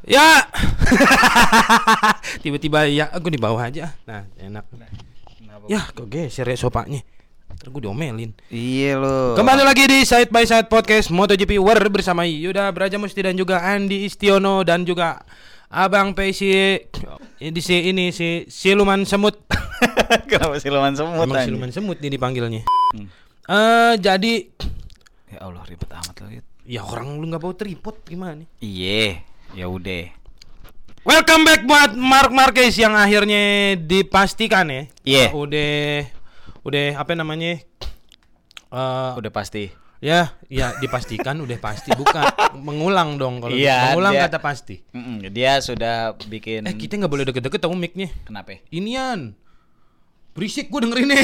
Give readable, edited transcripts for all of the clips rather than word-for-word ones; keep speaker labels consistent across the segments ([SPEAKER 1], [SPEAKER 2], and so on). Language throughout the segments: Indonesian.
[SPEAKER 1] Ya. Tiba-tiba ya aku di bawah aja. Nah, enak. Ya, kok geser ya sopanya. Ntar gue diomelin.
[SPEAKER 2] Iya lo.
[SPEAKER 1] Kembali lagi di Side by Side Podcast MotoGP World bersama Yuda Braja Musti dan juga Andi Istiono dan juga Abang Pesi di ini si siluman semut.
[SPEAKER 2] Kenapa siluman semut?
[SPEAKER 1] Emang siluman semut nih dipanggilnya. Jadi
[SPEAKER 2] ya Allah ribet amat lo.
[SPEAKER 1] Ya orang lu nggak bawa tripod gimana nih?
[SPEAKER 2] Iya, ya udah.
[SPEAKER 1] Welcome back buat Marc Marquez yang akhirnya dipastikan ya.
[SPEAKER 2] Iya.
[SPEAKER 1] Udah apa namanya?
[SPEAKER 2] Udah pasti.
[SPEAKER 1] Ya dipastikan udah pasti bukan mengulang dong kalau mengulang kata pasti.
[SPEAKER 2] Dia sudah bikin.
[SPEAKER 1] Kita nggak boleh deket-deket tau mic-nya.
[SPEAKER 2] Kenapa?
[SPEAKER 1] Inian berisik gue dengerinnya.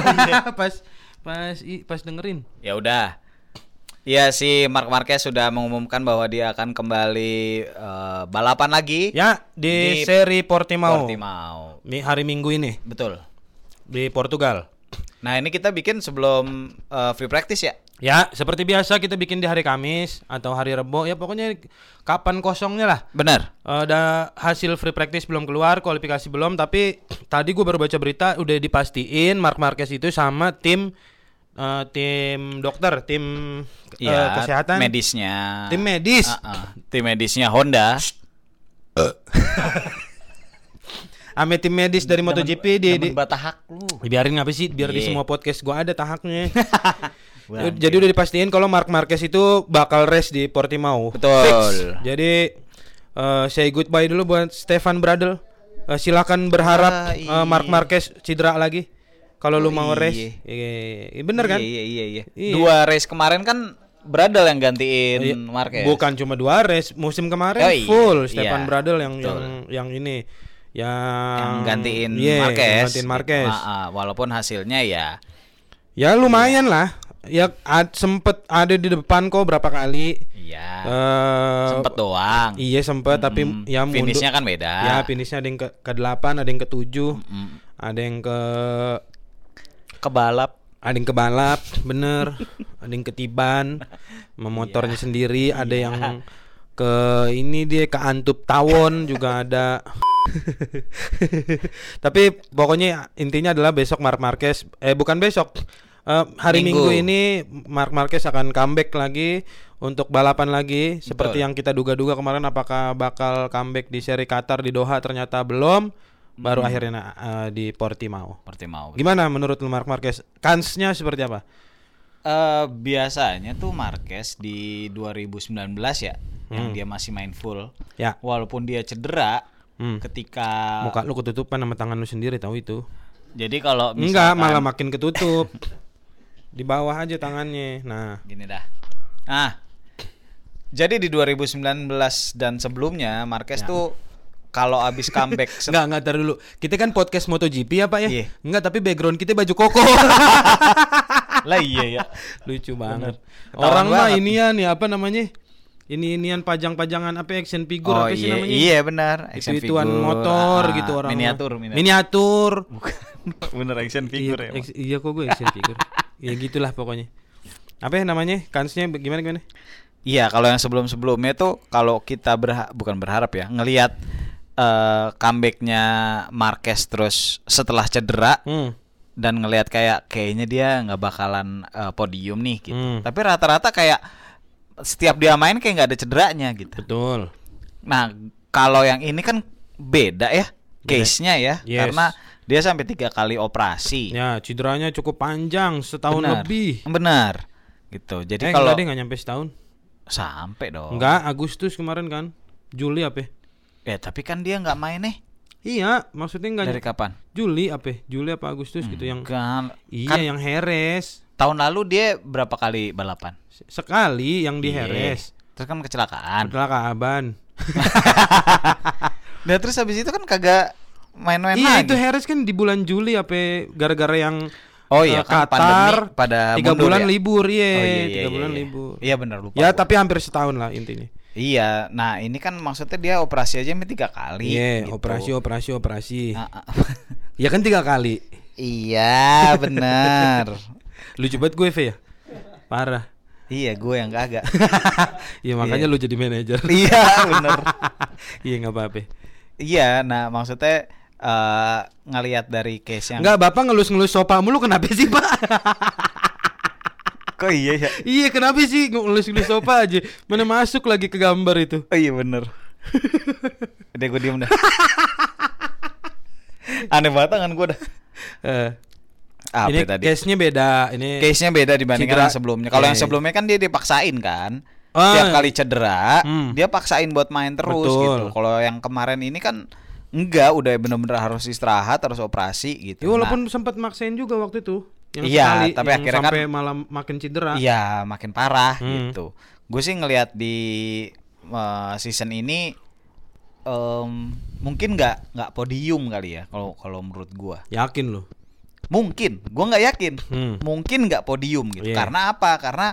[SPEAKER 1] pas dengerin.
[SPEAKER 2] Ya udah. Ya si Marc Marquez sudah mengumumkan bahwa dia akan kembali balapan lagi.
[SPEAKER 1] Ya di seri Portimao. Ini hari Minggu ini.
[SPEAKER 2] Betul.
[SPEAKER 1] Di Portugal.
[SPEAKER 2] Nah ini kita bikin sebelum free practice ya.
[SPEAKER 1] Ya seperti biasa kita bikin di hari Kamis atau hari Rebo. Ya pokoknya kapan kosongnya lah.
[SPEAKER 2] Benar.
[SPEAKER 1] Ada hasil free practice belum keluar, kualifikasi belum. Tapi tadi gue baru baca berita udah dipastiin Marc Marquez itu sama tim dokter, tim kesehatan,
[SPEAKER 2] medisnya,
[SPEAKER 1] tim medis,
[SPEAKER 2] tim medisnya Honda,
[SPEAKER 1] ame tim medis dari MotoGP di
[SPEAKER 2] batahak lu.
[SPEAKER 1] Biarin apa sih, biar di semua podcast gua ada tahaknya. Jadi udah dipastiin kalau Marc Marquez itu bakal race di Portimao.
[SPEAKER 2] Betul.
[SPEAKER 1] Fix. Jadi say goodbye dulu buat Stefan Bradl. Silakan berharap Marc Marquez cedera lagi. Kalau lu mau race, bener kan?
[SPEAKER 2] Iya. 2 race kemarin kan Bradl yang gantiin Marquez.
[SPEAKER 1] Bukan cuma 2 race, musim kemarin full Stefan Bradl yang ini, yang
[SPEAKER 2] gantiin
[SPEAKER 1] Marquez.
[SPEAKER 2] Walaupun hasilnya ya
[SPEAKER 1] lumayan lah. Ya sempet ada di depan kok berapa kali.
[SPEAKER 2] Iya. Sempet doang.
[SPEAKER 1] Iya sempet, tapi ya
[SPEAKER 2] finishnya kan beda.
[SPEAKER 1] Ya finishnya ada yang ke-8, ada yang ke-7, ada yang kebalap, bener. Ada yang ketiban memotornya sendiri, ada yang ke ini dia ke Antup Tawon juga ada. Tapi pokoknya intinya adalah besok Marc Marquez bukan besok, hari Minggu ini Marc Marquez akan comeback lagi untuk balapan lagi. Betul. Seperti yang kita duga-duga kemarin, apakah bakal comeback di seri Qatar di Doha, ternyata belum. Baru akhirnya di Portimao. Gimana menurut lu Marc Marquez? Kansnya seperti apa?
[SPEAKER 2] Biasanya tuh Marquez di 2019 ya, yang dia masih main full. Ya. Walaupun dia cedera, ketika
[SPEAKER 1] muka lu ketutupan sama tangan lu sendiri, tahu itu.
[SPEAKER 2] Jadi kalau misalkan
[SPEAKER 1] enggak, malah makin ketutup. Di bawah aja tangannya. Nah,
[SPEAKER 2] gini dah. Jadi di 2019 dan sebelumnya Marquez tuh kalau abis comeback
[SPEAKER 1] enggak tar dulu. Kita kan podcast MotoGP ya, Pak ya? Yeah. Enggak, tapi background kita baju koko.
[SPEAKER 2] Lah iya ya.
[SPEAKER 1] Lucu banget. Orang mah inian ya, apa namanya? Inian pajang-pajangan apa action figure apa sih namanya?
[SPEAKER 2] Iya benar, action figure.
[SPEAKER 1] Ituan motor gitu orang. Miniatur.
[SPEAKER 2] Bukan. Bener action figure ya.
[SPEAKER 1] Iya kok gue action figure. Ya gitulah pokoknya. Apa ya namanya? Kansnya gimana?
[SPEAKER 2] Iya, kalau yang sebelum-sebelumnya tuh kalau kita bukan berharap ya, ngelihat comebacknya Marquez terus setelah cedera dan ngelihat kayaknya dia nggak bakalan podium nih gitu. Tapi rata-rata kayak setiap dia main kayak nggak ada cederanya gitu.
[SPEAKER 1] Betul.
[SPEAKER 2] Nah kalau yang ini kan beda ya case-nya ya, karena dia sampai 3 kali operasi.
[SPEAKER 1] Ya cederanya cukup panjang, setahun lebih.
[SPEAKER 2] Benar. Gitu. Jadi kalau
[SPEAKER 1] nggak nyampe setahun.
[SPEAKER 2] Sampai dong.
[SPEAKER 1] Enggak, Agustus kemarin kan, Juli apa?
[SPEAKER 2] Ya tapi kan dia nggak main nih.
[SPEAKER 1] Iya, maksudnya nggak.
[SPEAKER 2] Dari kapan?
[SPEAKER 1] Juli apa Agustus gitu yang. Iya,
[SPEAKER 2] kan
[SPEAKER 1] yang Jerez.
[SPEAKER 2] Tahun lalu dia berapa kali balapan?
[SPEAKER 1] Sekali yang di Jerez.
[SPEAKER 2] Terus kan kecelakaan. Nah terus habis itu kan kagak main-main lagi.
[SPEAKER 1] Iya itu Jerez kan di bulan Juli apa gara-gara yang
[SPEAKER 2] kan
[SPEAKER 1] Qatar
[SPEAKER 2] pada
[SPEAKER 1] 3 bulan
[SPEAKER 2] ya?
[SPEAKER 1] libur
[SPEAKER 2] 3
[SPEAKER 1] bulan libur.
[SPEAKER 2] Iya benar lupa.
[SPEAKER 1] Ya tapi hampir setahun lah intinya.
[SPEAKER 2] Iya, nah ini kan maksudnya dia operasi aja 3 kali.
[SPEAKER 1] Iya, gitu. operasi. Ya kan 3 kali.
[SPEAKER 2] Iya, benar.
[SPEAKER 1] Lucu banget gue ya. Parah.
[SPEAKER 2] Iya, gue yang kagak.
[SPEAKER 1] Iya makanya lu jadi manajer.
[SPEAKER 2] Iya, bener.
[SPEAKER 1] Iya nggak apa-apa.
[SPEAKER 2] Iya, nah maksudnya ngelihat dari case yang
[SPEAKER 1] Enggak, Bapak ngelus-ngelus sofa mulu kenapa sih, Pak?
[SPEAKER 2] kok iya ya?
[SPEAKER 1] Iya, kenapa sih ngelus-ngelus sofa aja? Mana masuk lagi ke gambar itu?
[SPEAKER 2] Oh iya bener. Udah gue diem dah. Aneh banget kan gue dah. Apa
[SPEAKER 1] Ini
[SPEAKER 2] tadi?
[SPEAKER 1] case-nya beda. Ini
[SPEAKER 2] Case-nya beda dibandingkan yang sebelumnya. Kalau yang sebelumnya kan dia dipaksain kan. Tiap kali cedera, dia paksain buat main terus.
[SPEAKER 1] Betul.
[SPEAKER 2] Gitu. Kalau yang kemarin ini kan enggak, udah bener-bener harus istirahat, harus operasi gitu.
[SPEAKER 1] ya, walaupun sempat maksain juga waktu itu. Yang
[SPEAKER 2] Iya,
[SPEAKER 1] sekali,
[SPEAKER 2] tapi
[SPEAKER 1] yang
[SPEAKER 2] akhirnya
[SPEAKER 1] sampai
[SPEAKER 2] kan
[SPEAKER 1] malam makin cedera.
[SPEAKER 2] Iya, makin parah gitu. Gue sih ngelihat di season ini mungkin nggak podium kali ya kalau menurut gue.
[SPEAKER 1] Yakin lu?
[SPEAKER 2] Mungkin, gue nggak yakin. Mungkin nggak podium gitu.
[SPEAKER 1] Yeah.
[SPEAKER 2] Karena apa? Karena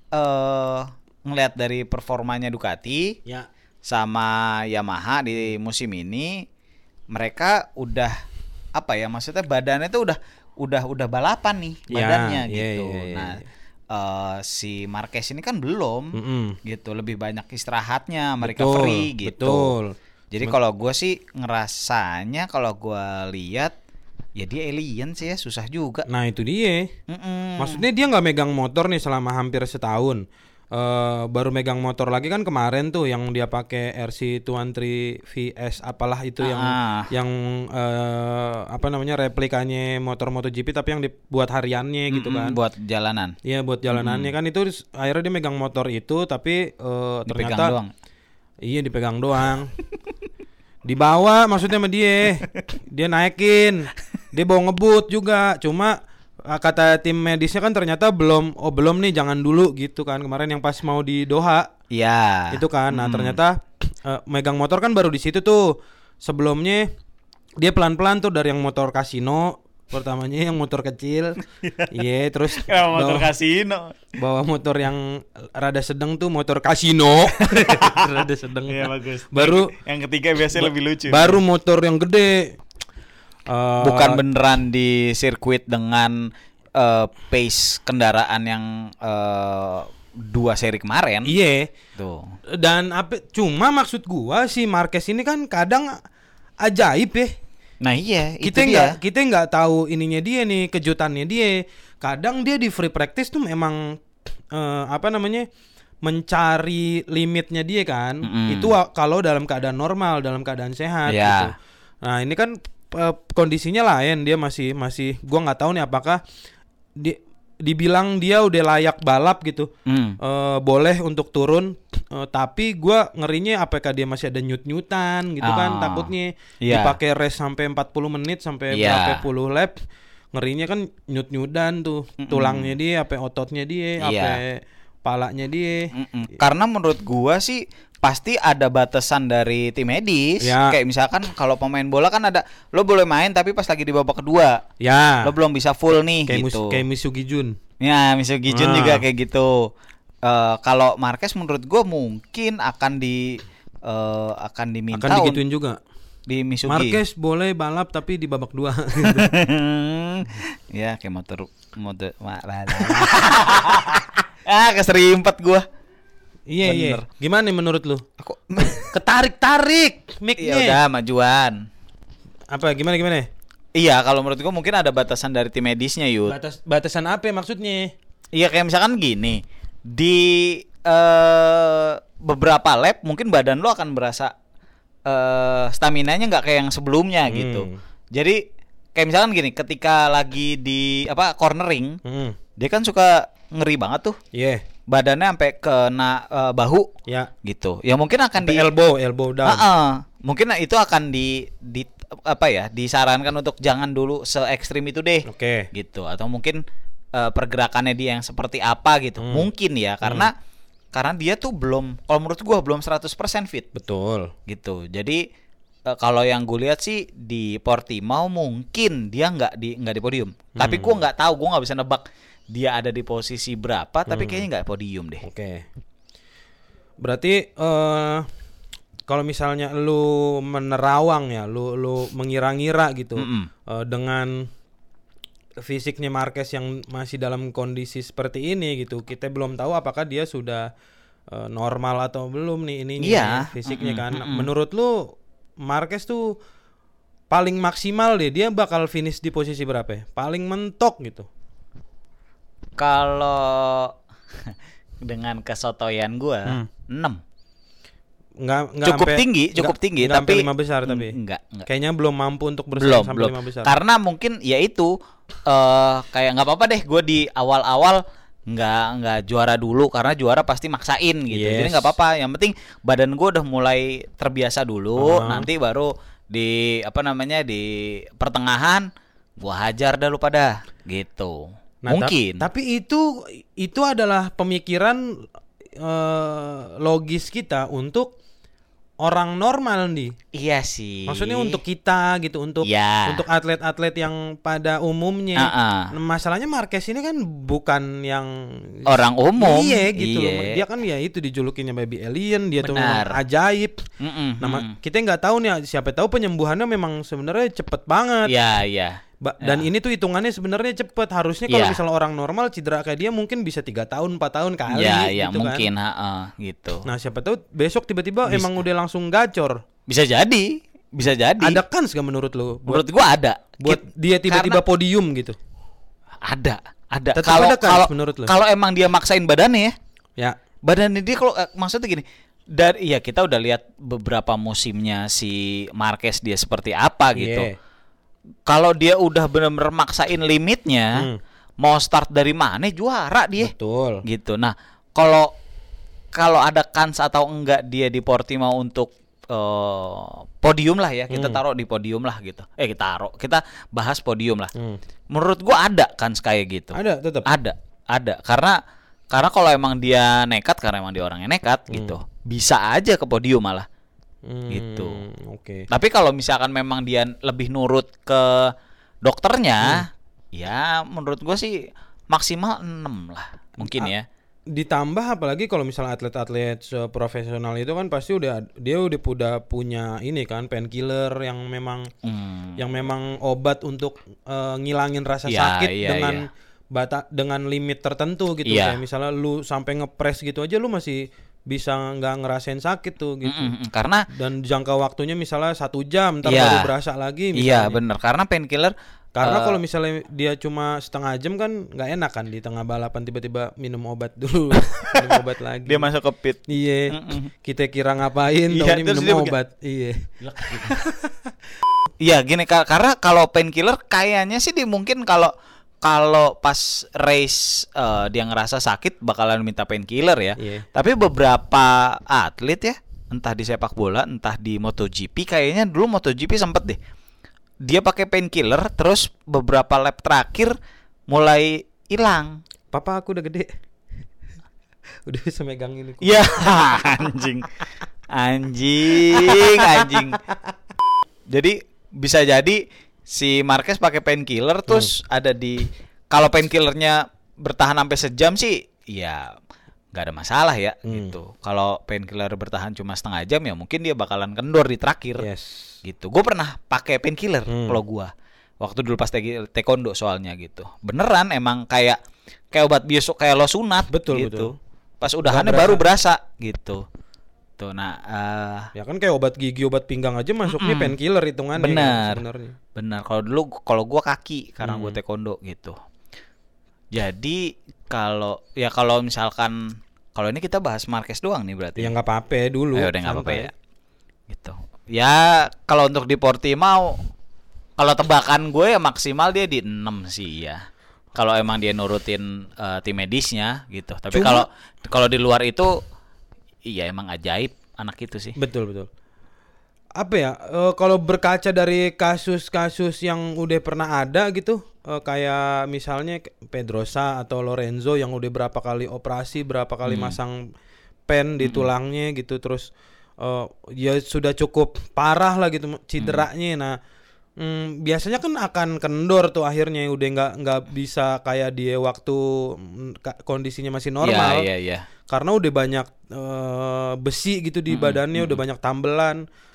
[SPEAKER 2] ngelihat dari performanya Ducati sama Yamaha di musim ini, mereka udah apa ya? Maksudnya badannya tuh udah balapan nih badannya gitu. Nah, si Marquez ini kan belum gitu, lebih banyak istirahatnya, recovery gitu.
[SPEAKER 1] Betul.
[SPEAKER 2] Jadi kalau gue sih ngerasanya, kalau gue lihat ya dia alien sih ya, susah juga.
[SPEAKER 1] Nah itu dia. Maksudnya dia nggak megang motor nih selama hampir setahun. Baru megang motor lagi kan kemarin tuh yang dia pakai RC213 VS apalah itu yang apa namanya replikanya motor MotoGP tapi yang dibuat hariannya gitu kan.
[SPEAKER 2] Buat jalanan.
[SPEAKER 1] Iya buat jalanannya kan itu akhirnya dia megang motor itu tapi ternyata
[SPEAKER 2] doang.
[SPEAKER 1] Iya dipegang doang. Dibawa maksudnya sama dia naikin, dia bawa ngebut juga, cuma kata tim medisnya kan ternyata belum nih jangan dulu gitu kan kemarin yang pas mau di Doha.
[SPEAKER 2] Iya.
[SPEAKER 1] Itu kan, nah ternyata megang motor kan baru di situ tuh. Sebelumnya dia pelan-pelan tuh dari yang motor kasino, pertamanya yang motor kecil, terus
[SPEAKER 2] motor kasino,
[SPEAKER 1] bawa motor yang rada sedang tuh motor kasino, rada sedang.
[SPEAKER 2] Iya bagus.
[SPEAKER 1] Baru
[SPEAKER 2] yang ketiga biasanya lebih lucu.
[SPEAKER 1] Baru motor yang gede.
[SPEAKER 2] Bukan beneran di sirkuit dengan pace kendaraan yang 2 seri kemarin.
[SPEAKER 1] Iya.
[SPEAKER 2] Tuh.
[SPEAKER 1] Dan cuma maksud gua si Marquez ini kan kadang ajaib ya.
[SPEAKER 2] Nah iya,
[SPEAKER 1] kita nggak tahu ininya dia nih, kejutannya dia. Kadang dia di free practice tuh memang mencari limitnya dia kan. Itu kalau dalam keadaan normal, dalam keadaan sehat gitu. Nah ini kan kondisinya lain, dia masih gua nggak tahu nih apakah dibilang dia udah layak balap gitu. Boleh untuk turun, tapi gua ngerinya apakah dia masih ada nyut-nyutan gitu kan, takutnya dipakai race sampai 40 menit sampai berapa puluh lap, ngerinya kan nyut-nyutan tuh tulangnya dia, apa ototnya dia, apa palanya dia.
[SPEAKER 2] Karena menurut gua sih pasti ada batasan dari tim medis. Kayak misalkan kalau pemain bola kan ada, lo boleh main tapi pas lagi di babak kedua lo belum bisa full nih kayak gitu.
[SPEAKER 1] Kayak Misugi Jun.
[SPEAKER 2] Ya Misugi Jun juga kayak gitu. Kalau Marquez menurut gue mungkin akan diminta,
[SPEAKER 1] akan digituin juga
[SPEAKER 2] di Misugi.
[SPEAKER 1] Marquez boleh balap tapi di babak 2.
[SPEAKER 2] Ya kayak motor keserimpet gue.
[SPEAKER 1] Iya. Gimana nih menurut lu? Aku ketarik mic-nya.
[SPEAKER 2] Ya udah majuan.
[SPEAKER 1] Apa gimana?
[SPEAKER 2] Iya, kalau menurut gua mungkin ada batasan dari tim medisnya, Yud.
[SPEAKER 1] Batasan apa maksudnya?
[SPEAKER 2] Iya, kayak misalkan gini. Di beberapa lap mungkin badan lo akan berasa staminanya enggak kayak yang sebelumnya gitu. Jadi kayak misalkan gini, ketika lagi di cornering, dia kan suka ngeri banget tuh.
[SPEAKER 1] Iya.
[SPEAKER 2] Badannya sampai kena bahu, gitu. Ya mungkin akan
[SPEAKER 1] di elbow down.
[SPEAKER 2] Mungkin itu akan disarankan untuk jangan dulu se ekstrim itu deh. Gitu. Atau mungkin pergerakannya dia yang seperti apa gitu. Mungkin ya, karena dia tuh belum, kalau menurut gua belum 100% fit.
[SPEAKER 1] Betul.
[SPEAKER 2] Gitu. Jadi kalau yang gue lihat sih di Portimao mungkin dia nggak di podium. Tapi gua nggak tahu, gua nggak bisa nebak dia ada di posisi berapa, tapi kayaknya nggak podium deh.
[SPEAKER 1] Berarti kalau misalnya lu menerawang ya, lu mengira-ngira gitu, dengan fisiknya Marquez yang masih dalam kondisi seperti ini gitu. Kita belum tahu apakah dia sudah normal atau belum nih ininya fisiknya kan. Menurut lu Marquez tuh paling maksimal deh dia bakal finish di posisi berapa ya? Paling mentok gitu.
[SPEAKER 2] Kalau dengan kesotoyan gua 6.
[SPEAKER 1] Enggak
[SPEAKER 2] cukup tinggi tapi
[SPEAKER 1] 5 besar tapi.
[SPEAKER 2] Enggak.
[SPEAKER 1] Kayaknya belum mampu untuk bersaing sampai 5 besar.
[SPEAKER 2] Karena mungkin ya itu kayak enggak apa-apa deh gua di awal-awal nggak juara dulu karena juara pasti maksain gitu. Jadi nggak apa-apa. Yang penting badan gue udah mulai terbiasa dulu. Nanti baru di di pertengahan gue hajar dah lu pada gitu.
[SPEAKER 1] Nah,
[SPEAKER 2] mungkin.
[SPEAKER 1] Tapi itu adalah pemikiran logis kita untuk orang normal nih.
[SPEAKER 2] Iya sih.
[SPEAKER 1] Maksudnya untuk kita gitu, untuk atlet-atlet yang pada umumnya. Masalahnya Marquez ini kan bukan yang
[SPEAKER 2] orang umum.
[SPEAKER 1] Iya gitu loh. Dia kan ya itu dijulukinya baby alien, dia tuh memang ajaib. Kita nggak tahu nih, siapa tahu penyembuhannya memang sebenarnya cepet banget.
[SPEAKER 2] Iya.
[SPEAKER 1] Dan ini tuh hitungannya sebenarnya cepet. Harusnya kalau misalnya orang normal cedera kayak dia mungkin bisa 3 tahun 4 tahun kali
[SPEAKER 2] gitu
[SPEAKER 1] mungkin,
[SPEAKER 2] kan. Gitu.
[SPEAKER 1] Nah siapa tahu besok tiba-tiba emang udah langsung gacor.
[SPEAKER 2] Bisa jadi.
[SPEAKER 1] Ada kans gak menurut lu?
[SPEAKER 2] Menurut gua ada.
[SPEAKER 1] Buat dia tiba-tiba podium gitu.
[SPEAKER 2] Ada. Kalau emang dia maksain badannya
[SPEAKER 1] ya.
[SPEAKER 2] Badannya dia kalau maksudnya gini. Kita udah lihat beberapa musimnya si Marquez dia seperti apa gitu. Kalau dia udah benar-benar maksain limitnya, mau start dari mana juara dia.
[SPEAKER 1] Betul.
[SPEAKER 2] Gitu. Nah, kalau ada kans atau enggak dia di Portimao untuk podium lah ya, kita taruh di podium lah gitu. Kita bahas podium lah. Menurut gua ada kans kayak gitu.
[SPEAKER 1] Ada tetap.
[SPEAKER 2] Ada. Karena kalau emang dia nekat, karena emang dia orangnya nekat gitu, bisa aja ke podium malah. Gitu.
[SPEAKER 1] Oke.
[SPEAKER 2] Tapi kalau misalkan memang dia lebih nurut ke dokternya, ya menurut gua sih maksimal 6 lah mungkin ya.
[SPEAKER 1] Ditambah apalagi kalau misalnya atlet-atlet profesional itu kan pasti udah punya ini kan painkiller yang memang obat untuk ngilangin rasa sakit dengan limit tertentu gitu. Kayak misalnya lu sampai ngepres gitu aja lu masih bisa nggak ngerasain sakit tuh gitu.
[SPEAKER 2] Karena
[SPEAKER 1] dan jangka waktunya misalnya 1 jam, ntar baru berasa lagi misalnya.
[SPEAKER 2] Iya benar, karena painkiller.
[SPEAKER 1] Karena kalau misalnya dia cuma setengah jam kan nggak enak kan di tengah balapan tiba-tiba minum obat dulu, minum obat lagi.
[SPEAKER 2] Dia masuk ke pit.
[SPEAKER 1] Iya. Kita kira ngapain? Ini minum obat. Iya.
[SPEAKER 2] Iya gini karena kalau painkiller kayaknya sih mungkin kalau pas race dia ngerasa sakit bakalan minta painkiller ya. Tapi beberapa atlet ya, entah di sepak bola, entah di MotoGP, kayaknya dulu MotoGP sempet deh. Dia pakai painkiller terus beberapa lap terakhir mulai hilang.
[SPEAKER 1] Papa aku udah gede. Udah bisa megang ini.
[SPEAKER 2] Ya, anjing. Jadi bisa jadi si Marquez pakai painkiller terus ada di, kalau painkillernya bertahan sampai sejam sih ya nggak ada masalah ya gitu. Kalau painkiller bertahan cuma setengah jam ya mungkin dia bakalan kendor di terakhir. Gitu. Gue pernah pakai painkiller kalau gue waktu dulu pas taekwondo soalnya gitu. Beneran emang kayak obat biasa, kayak lo sunat. Betul. Pas udahannya baru berasa gitu. Tuh, nah
[SPEAKER 1] ya kan kayak obat gigi, obat pinggang aja masuknya painkiller hitungannya.
[SPEAKER 2] Benar. Benar. Kalau gue kaki karena gue taekwondo gitu. Jadi kalau misalkan kalau ini kita bahas Marquez doang nih berarti.
[SPEAKER 1] Ya nggak apa-apa dulu.
[SPEAKER 2] Udah nggak apa-apa ya. Gitu. Ya kalau untuk di Portimao, kalau tebakan gue ya maksimal dia di 6 sih ya. Kalau emang dia nurutin tim medisnya gitu. Tapi kalau di luar itu iya emang ajaib anak itu sih.
[SPEAKER 1] Betul. Apa ya? Kalau berkaca dari kasus-kasus yang udah pernah ada gitu, kayak misalnya Pedrosa atau Lorenzo yang udah berapa kali operasi, berapa kali masang pen di tulangnya gitu, terus ya sudah cukup parah lah gitu cederanya. Nah, biasanya kan akan kendor tuh akhirnya, udah nggak bisa kayak dia waktu kondisinya masih normal.
[SPEAKER 2] Iya.
[SPEAKER 1] Karena udah banyak besi gitu di badannya, udah banyak tambelan.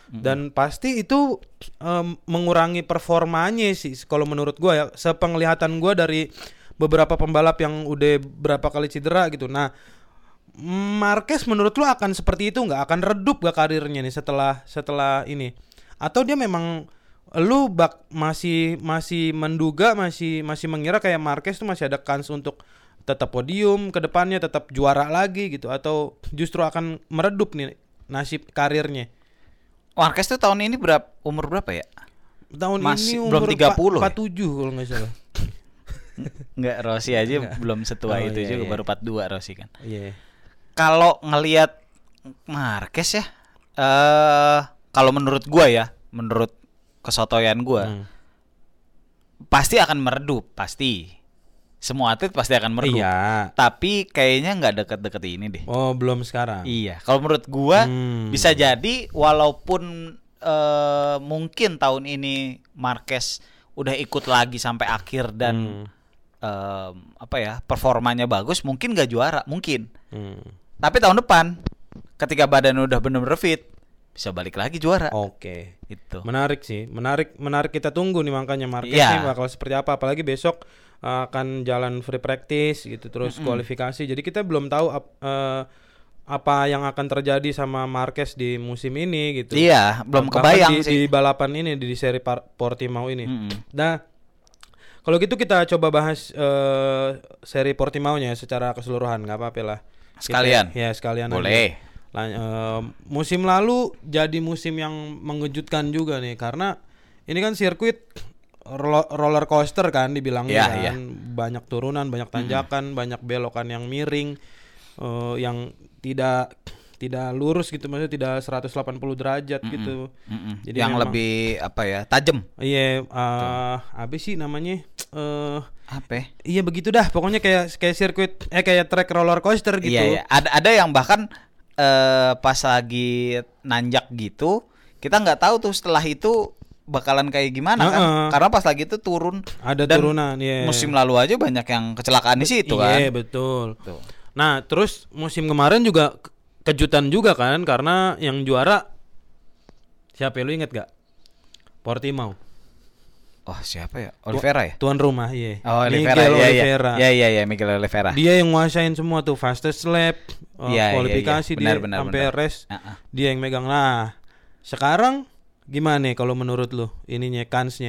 [SPEAKER 1] Dan pasti itu mengurangi performanya sih kalau menurut gua ya. Sepenglihatan gua dari beberapa pembalap yang udah berapa kali cedera gitu. Nah, Marquez menurut lu akan seperti itu nggak? Akan redup gak karirnya nih setelah ini? Atau dia memang lu masih menduga, masih mengira kayak Marquez tuh masih ada kans untuk tetap podium ke depannya, tetap juara lagi gitu, atau justru akan meredup nih nasib karirnya?
[SPEAKER 2] Marquez tuh tahun ini umur berapa ya?
[SPEAKER 1] Tahun
[SPEAKER 2] masih
[SPEAKER 1] ini
[SPEAKER 2] belum 30
[SPEAKER 1] 47 kalau nggak salah.
[SPEAKER 2] Enggak, Rossi aja belum setua itu juga, baru 42 Rossi kan.
[SPEAKER 1] Iya.
[SPEAKER 2] Kalau ngelihat Marquez ya, kalau menurut gua ya, menurut kesotoyan gua, pasti akan meredup, pasti. Semua atlet pasti akan meredup.
[SPEAKER 1] Iya.
[SPEAKER 2] Tapi kayaknya nggak deket-deket ini deh.
[SPEAKER 1] Oh, belum sekarang.
[SPEAKER 2] Iya. Kalau menurut gua bisa jadi walaupun mungkin tahun ini Marquez udah ikut lagi sampai akhir dan performanya bagus, mungkin nggak juara, mungkin. Tapi tahun depan ketika badan udah bener-bener fit, bisa balik lagi juara.
[SPEAKER 1] Oke.
[SPEAKER 2] Itu.
[SPEAKER 1] Menarik sih. Menarik kita tunggu nih makanya Marquez ini bakal seperti apa, apalagi besok akan jalan free practice gitu, terus kualifikasi. Jadi kita belum tahu apa yang akan terjadi sama Marquez di musim ini gitu.
[SPEAKER 2] Iya, belum kebayang
[SPEAKER 1] di balapan ini, di seri Portimao ini. Nah, kalau gitu kita coba bahas seri Portimao-nya secara keseluruhan, nggak apa-apa lah.
[SPEAKER 2] Sekalian.
[SPEAKER 1] Sekalian.
[SPEAKER 2] Boleh.
[SPEAKER 1] Musim lalu jadi musim yang mengejutkan juga nih, karena ini kan sirkuit roller coaster kan dibilangnya kan. Banyak turunan, banyak tanjakan, banyak belokan yang miring, yang tidak lurus gitu, maksudnya tidak 180 derajat gitu.
[SPEAKER 2] Jadi yang lebih tajam.
[SPEAKER 1] Iya, apa sih namanya?
[SPEAKER 2] Apa?
[SPEAKER 1] Iya begitu dah, pokoknya kayak sirkuit kayak track roller coaster gitu.
[SPEAKER 2] Iya. Ada yang bahkan pas lagi nanjak gitu, kita nggak tahu tuh setelah itu bakalan kayak gimana kan? Karena pas lagi itu turun.
[SPEAKER 1] Ada turunan.
[SPEAKER 2] Musim lalu aja banyak yang kecelakaan di situ kan.
[SPEAKER 1] Iya betul. Tuh. Nah terus musim kemarin juga kejutan juga kan, karena yang juara siapa, lu inget gak? Portimao.
[SPEAKER 2] Oh siapa ya? Oliveira ya?
[SPEAKER 1] Tuan rumah, iya.
[SPEAKER 2] Oh, Oliveira. Iya, Miguel Oliveira.
[SPEAKER 1] Dia yang nguasain semua tuh, fastest lap, kualifikasi,
[SPEAKER 2] benar,
[SPEAKER 1] dia sampai race. Dia yang megang. Nah, sekarang gimana nih kalau menurut lu ininya, kansnya?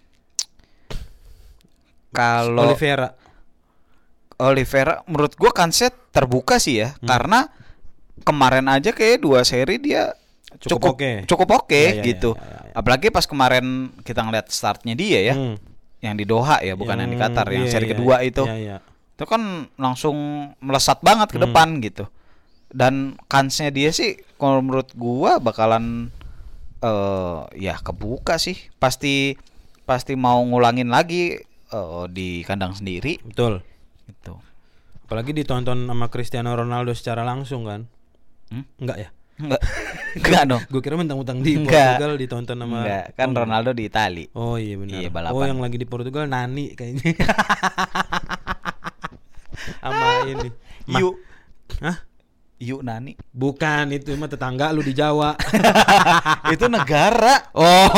[SPEAKER 2] Kalau Oliveira menurut gua kansnya terbuka sih ya, karena kemarin aja kayak 2 seri dia cukup oke gitu. Ya. Apalagi pas kemarin kita ngeliat startnya dia ya, yang di Doha ya, bukan yang di Qatar, yang seri kedua itu. Itu kan langsung melesat banget ke depan gitu. Dan kansnya dia sih kalau menurut gua bakalan kebuka sih. Pasti mau ngulangin lagi di kandang sendiri.
[SPEAKER 1] Betul.
[SPEAKER 2] Itu.
[SPEAKER 1] Apalagi ditonton sama Cristiano Ronaldo secara langsung kan? Enggak ya?
[SPEAKER 2] Enggak dong.
[SPEAKER 1] Gue kira mentang-mentang di Portugal ditonton sama.
[SPEAKER 2] Enggak, kan Ronaldo di Itali.
[SPEAKER 1] Oh iya benar.
[SPEAKER 2] Iya, balapan.
[SPEAKER 1] Oh yang lagi di Portugal Nani kayaknya. Sama ini.
[SPEAKER 2] Yuk Nani.
[SPEAKER 1] Bukan, itu mah tetangga lu di Jawa.
[SPEAKER 2] Itu negara.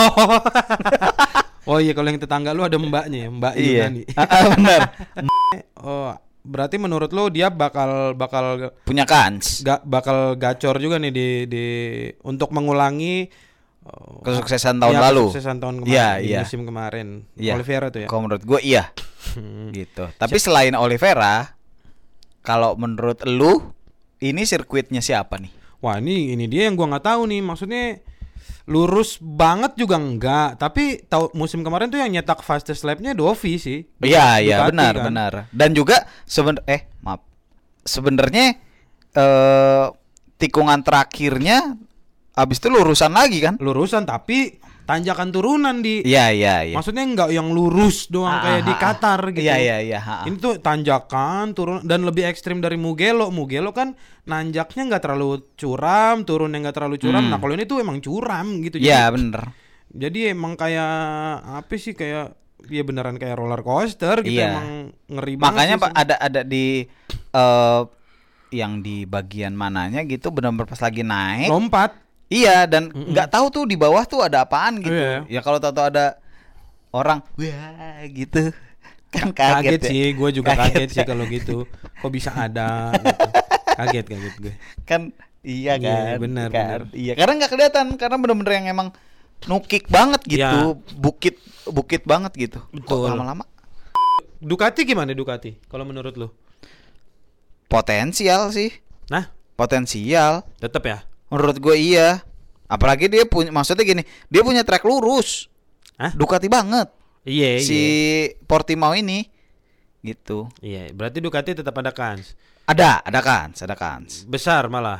[SPEAKER 1] Oh iya, kalau yang tetangga lu ada mbaknya ya, Mbak Nani.
[SPEAKER 2] Benar.
[SPEAKER 1] Berarti menurut lu dia bakal
[SPEAKER 2] punya kans.
[SPEAKER 1] Bakal gacor juga nih di untuk mengulangi
[SPEAKER 2] kesuksesan tahun lalu.
[SPEAKER 1] Kesuksesan tahun kemarin, di musim kemarin. Oliveira tuh ya.
[SPEAKER 2] Kalau menurut gue iya. Gitu. Tapi selain Oliveira, kalau menurut lu ini sirkuitnya siapa nih?
[SPEAKER 1] Wah, ini dia yang gua nggak tahu nih. Maksudnya lurus banget juga enggak, tapi musim kemarin tuh yang nyetak fastest lap-nya Dovi sih.
[SPEAKER 2] Iya, benar. Dan juga sebenarnya tikungan terakhirnya abis itu lurusan lagi kan?
[SPEAKER 1] Lurusan tapi tanjakan turunan di.
[SPEAKER 2] Iya.
[SPEAKER 1] Maksudnya enggak yang lurus doang kayak di Qatar gitu.
[SPEAKER 2] Iya.
[SPEAKER 1] Ini tuh tanjakan turun dan lebih ekstrim dari Mugello. Mugello kan nanjaknya enggak terlalu curam, turunnya enggak terlalu curam. Nah, kalau ini tuh emang curam gitu.
[SPEAKER 2] Iya, bener.
[SPEAKER 1] Jadi emang kayak apa sih, kayak ya beneran kayak roller coaster gitu. Emang ngeri banget.
[SPEAKER 2] Makanya Pak ada di yang di bagian mananya gitu benar-benar pas lagi naik
[SPEAKER 1] lompat.
[SPEAKER 2] Iya, dan nggak tahu tuh di bawah tuh ada apaan gitu. Ya kalau tahu ada orang wah gitu kan
[SPEAKER 1] kaget
[SPEAKER 2] ya.
[SPEAKER 1] Sih, gue juga kaget sih kalau gitu. Kok bisa ada gitu. Kaget gue.
[SPEAKER 2] Kan iya kan.
[SPEAKER 1] Benar.
[SPEAKER 2] Iya, karena nggak kelihatan, karena bener-bener yang emang nukik banget gitu, bukit banget gitu.
[SPEAKER 1] Betul.
[SPEAKER 2] Kok lama-lama.
[SPEAKER 1] Ducati gimana Ducati kalau menurut lu?
[SPEAKER 2] Potensial sih.
[SPEAKER 1] Nah,
[SPEAKER 2] potensial.
[SPEAKER 1] Tetap ya.
[SPEAKER 2] Menurut gue iya. Apalagi dia punya, maksudnya gini, dia punya track lurus. Ducati banget.
[SPEAKER 1] Iya.
[SPEAKER 2] Si Portimao ini gitu.
[SPEAKER 1] Iya, berarti Ducati tetap ada kans.
[SPEAKER 2] Ada kans.
[SPEAKER 1] Besar malah.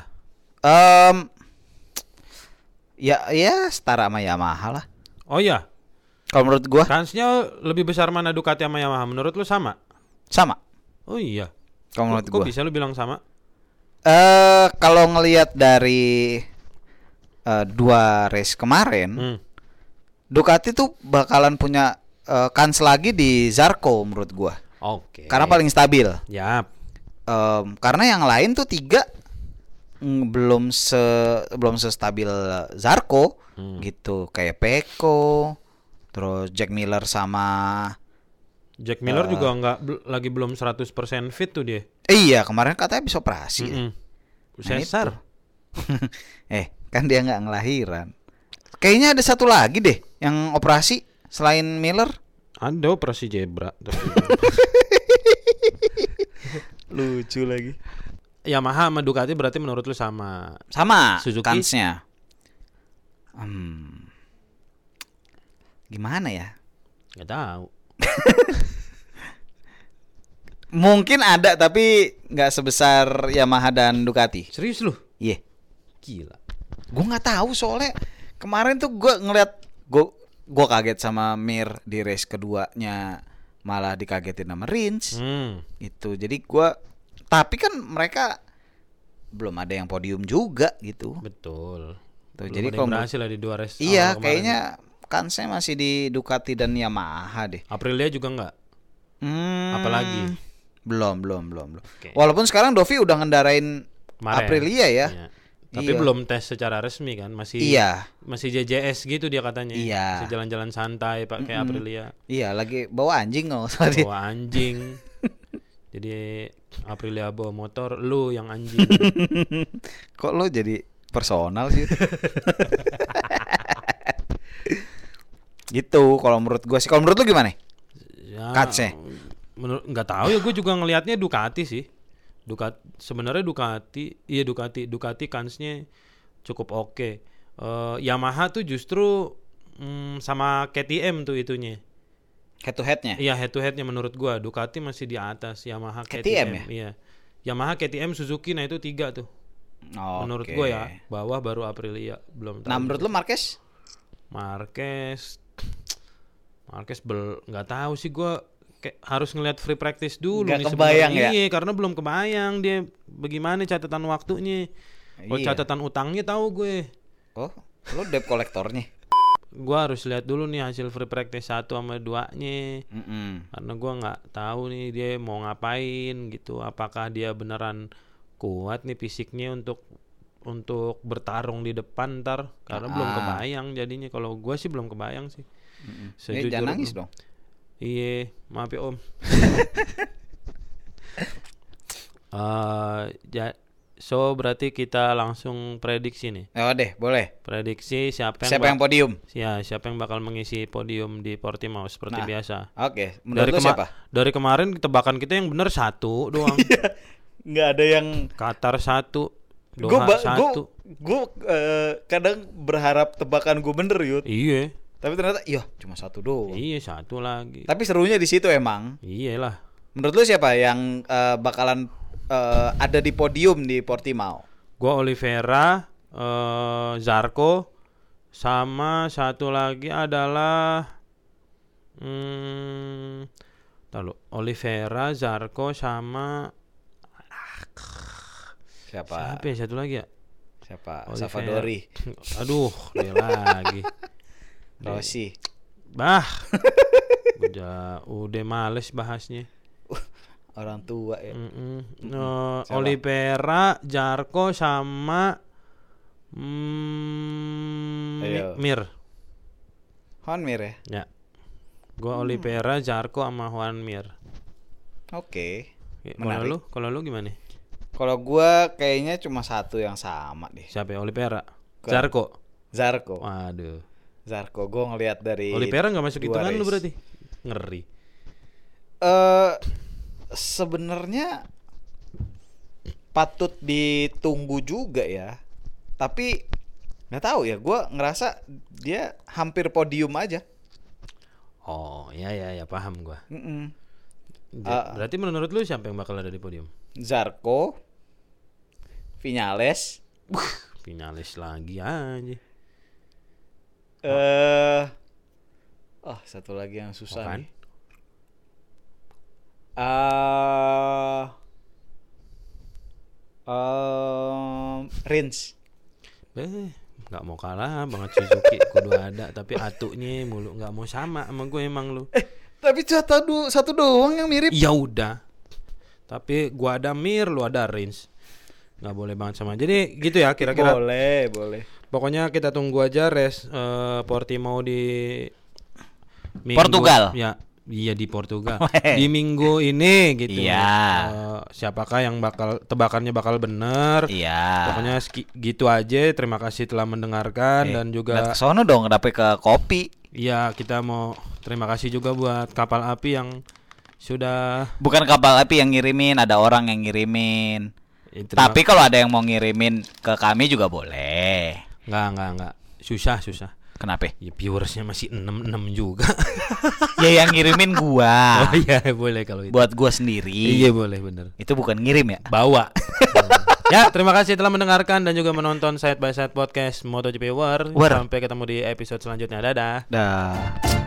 [SPEAKER 2] Ya setara sama Yamaha lah.
[SPEAKER 1] Oh iya.
[SPEAKER 2] Kalau menurut gua
[SPEAKER 1] kansnya lebih besar mana Ducati sama Yamaha? Menurut lu sama?
[SPEAKER 2] Sama.
[SPEAKER 1] Oh iya.
[SPEAKER 2] Kalau menurut gua.
[SPEAKER 1] Kok bisa lu bilang sama?
[SPEAKER 2] Kalau ngelihat dari 2 race kemarin, Ducati tuh bakalan punya kans lagi di Zarco menurut gua.
[SPEAKER 1] Oke.
[SPEAKER 2] Karena paling stabil.
[SPEAKER 1] Yap.
[SPEAKER 2] Karena yang lain tuh 3 belum stabil Zarco gitu, kayak Pecco, terus Jack Miller
[SPEAKER 1] juga lagi belum 100% fit tuh dia.
[SPEAKER 2] Iya, kemarin katanya habis operasi.
[SPEAKER 1] Cesar.
[SPEAKER 2] Kan dia nggak ngelahiran. Kayaknya ada satu lagi deh yang operasi selain Miller.
[SPEAKER 1] Ada operasi zebra.
[SPEAKER 2] Lucu lagi.
[SPEAKER 1] Yamaha sama Ducati berarti menurut lu sama?
[SPEAKER 2] Sama.
[SPEAKER 1] Suzuki?
[SPEAKER 2] Kansnya. Gimana ya?
[SPEAKER 1] Gak tahu.
[SPEAKER 2] Mungkin ada tapi nggak sebesar Yamaha dan Ducati.
[SPEAKER 1] Serius lu?
[SPEAKER 2] Iya.
[SPEAKER 1] Gila.
[SPEAKER 2] Gue nggak tahu soalnya kemarin tuh gue ngeliat gue kaget sama Mir di race keduanya, malah dikagetin sama Rins. Itu jadi tapi kan mereka belum ada yang podium juga gitu.
[SPEAKER 1] Betul.
[SPEAKER 2] Tuh, jadi
[SPEAKER 1] kalau berhasil lah di 2 race.
[SPEAKER 2] Iya, kayaknya kansnya masih di Ducati dan Yamaha deh.
[SPEAKER 1] Aprilia juga enggak? Apalagi?
[SPEAKER 2] Belum. Okay. Walaupun sekarang Dovi udah ngendarain Aprilia ya.
[SPEAKER 1] Iya. Tapi belum tes secara resmi kan, masih JJS gitu dia katanya.
[SPEAKER 2] Iya.
[SPEAKER 1] Masih jalan-jalan santai pakai Aprilia.
[SPEAKER 2] Iya, lagi bawa anjing
[SPEAKER 1] Bawa anjing. Jadi Aprilia bawa motor, lu yang anjing.
[SPEAKER 2] Kok lu jadi personal sih? Gitu kalau menurut gue sih. Kalau menurut lu gimana?
[SPEAKER 1] Ya,
[SPEAKER 2] Katsnya?
[SPEAKER 1] Nggak tahu ya, gue juga ngelihatnya Ducati sih. Sebenarnya Ducati kansnya cukup oke. Yamaha tuh justru sama KTM tuh itunya.
[SPEAKER 2] Head to headnya?
[SPEAKER 1] Iya, head to headnya menurut gua Ducati masih di atas Yamaha
[SPEAKER 2] KTM ya?
[SPEAKER 1] Iya. Yamaha, KTM, Suzuki, nah itu 3 tuh. Menurut gua ya, bawah baru Aprilia, belum tahu.
[SPEAKER 2] Nah, menurut lu Marquez
[SPEAKER 1] nggak tahu sih gua, harus ngelihat free practice dulu.
[SPEAKER 2] Nggak kebayang ya?
[SPEAKER 1] Iya, karena belum kebayang dia bagaimana catatan waktunya. Oh, catatan utangnya tahu gue.
[SPEAKER 2] Oh, lu debt kolektornya.
[SPEAKER 1] Gua harus lihat dulu nih hasil free practice 1 sama 2-nya. Karena gua nggak tahu nih dia mau ngapain gitu. Apakah dia beneran kuat nih fisiknya untuk bertarung di depan ntar, karena belum kebayang jadinya. Kalau gua sih belum kebayang sih.
[SPEAKER 2] Jangan nangis dong.
[SPEAKER 1] Iya, maaf ya Om. So berarti kita langsung prediksi nih.
[SPEAKER 2] Oh deh, boleh.
[SPEAKER 1] Prediksi siapa
[SPEAKER 2] yang podium?
[SPEAKER 1] Ya, siapa yang bakal mengisi podium di Portimao seperti biasa.
[SPEAKER 2] Oke. Menurut lu siapa?
[SPEAKER 1] Dari kemarin tebakan kita yang benar 1 doang.
[SPEAKER 2] Nggak ada yang
[SPEAKER 1] Qatar 1, Doha 1.
[SPEAKER 2] Gue kadang berharap tebakan gue bener, Yud.
[SPEAKER 1] Iya.
[SPEAKER 2] Tapi ternyata cuma 1 doang.
[SPEAKER 1] Iya, 1 lagi.
[SPEAKER 2] Tapi serunya di situ emang.
[SPEAKER 1] Iyalah.
[SPEAKER 2] Menurut lu siapa yang bakalan ada di podium di Portimao?
[SPEAKER 1] Gua Oliveira, Zarco, sama satu lagi adalah Oliveira, Zarco, sama siapa ya satu lagi ya?
[SPEAKER 2] Siapa? Savadori.
[SPEAKER 1] Aduh, dia lagi.
[SPEAKER 2] Rossi.
[SPEAKER 1] Udah males bahasnya.
[SPEAKER 2] Orang tua ya.
[SPEAKER 1] Oliveira, Zarco, sama
[SPEAKER 2] Ayo.
[SPEAKER 1] Mir.
[SPEAKER 2] Juan Mir ya.
[SPEAKER 1] Ya. Gua Oliveira, Zarco sama Juan Mir.
[SPEAKER 2] Oke.
[SPEAKER 1] Menarik. Kalau lu gimana?
[SPEAKER 2] Kalau gua kayaknya cuma satu yang sama deh.
[SPEAKER 1] Siapa ya? Oliveira.
[SPEAKER 2] Zarco.
[SPEAKER 1] Waduh.
[SPEAKER 2] Zarco gua ngelihat dari
[SPEAKER 1] Oliveira enggak masuk hitungan lu
[SPEAKER 2] race.
[SPEAKER 1] berarti. Ngeri.
[SPEAKER 2] Sebenarnya patut ditunggu juga ya. Tapi nggak tahu ya, gue ngerasa dia hampir podium aja.
[SPEAKER 1] Oh, ya paham gua. Berarti menurut lu siapa yang bakal ada di podium?
[SPEAKER 2] Zarco, Viñales,
[SPEAKER 1] Finalis lagi aja.
[SPEAKER 2] Satu lagi yang susah
[SPEAKER 1] Bukan?
[SPEAKER 2] nih. Rins.
[SPEAKER 1] Nggak mau kalah banget Suzuki kudu ada, tapi atunya mulu nggak mau sama gue emang lu.
[SPEAKER 2] Tapi satu doang yang mirip.
[SPEAKER 1] Ya udah. Tapi gua ada Mir, lu ada Rins. Nggak boleh banget sama. Jadi gitu ya kira-kira.
[SPEAKER 2] Boleh.
[SPEAKER 1] Pokoknya kita tunggu aja Portimao di minggu,
[SPEAKER 2] Portugal.
[SPEAKER 1] Ya, iya di Portugal. Di minggu ini gitu.
[SPEAKER 2] Iya.
[SPEAKER 1] Siapakah yang bakal tebakannya bakal benar?
[SPEAKER 2] Iya.
[SPEAKER 1] Pokoknya gitu aja. Terima kasih telah mendengarkan dan juga
[SPEAKER 2] sono dong dapet ke kopi.
[SPEAKER 1] Iya, kita mau terima kasih juga buat Kapal Api yang sudah.
[SPEAKER 2] Bukan Kapal Api yang ngirimin, ada orang yang ngirimin. Tapi kalau ada yang mau ngirimin ke kami juga boleh.
[SPEAKER 1] Enggak. Susah.
[SPEAKER 2] Kenapa?
[SPEAKER 1] Ya viewersnya masih 6 juga.
[SPEAKER 2] Ya yang ngirimin gua.
[SPEAKER 1] Oh iya, boleh kalau itu.
[SPEAKER 2] Buat gua sendiri.
[SPEAKER 1] Iya, boleh bener.
[SPEAKER 2] Itu bukan ngirim ya?
[SPEAKER 1] Bawa. Ya, terima kasih telah mendengarkan dan juga menonton Side by Side Podcast MotoGP War. Sampai ketemu di episode selanjutnya. Dadah.
[SPEAKER 2] Dah.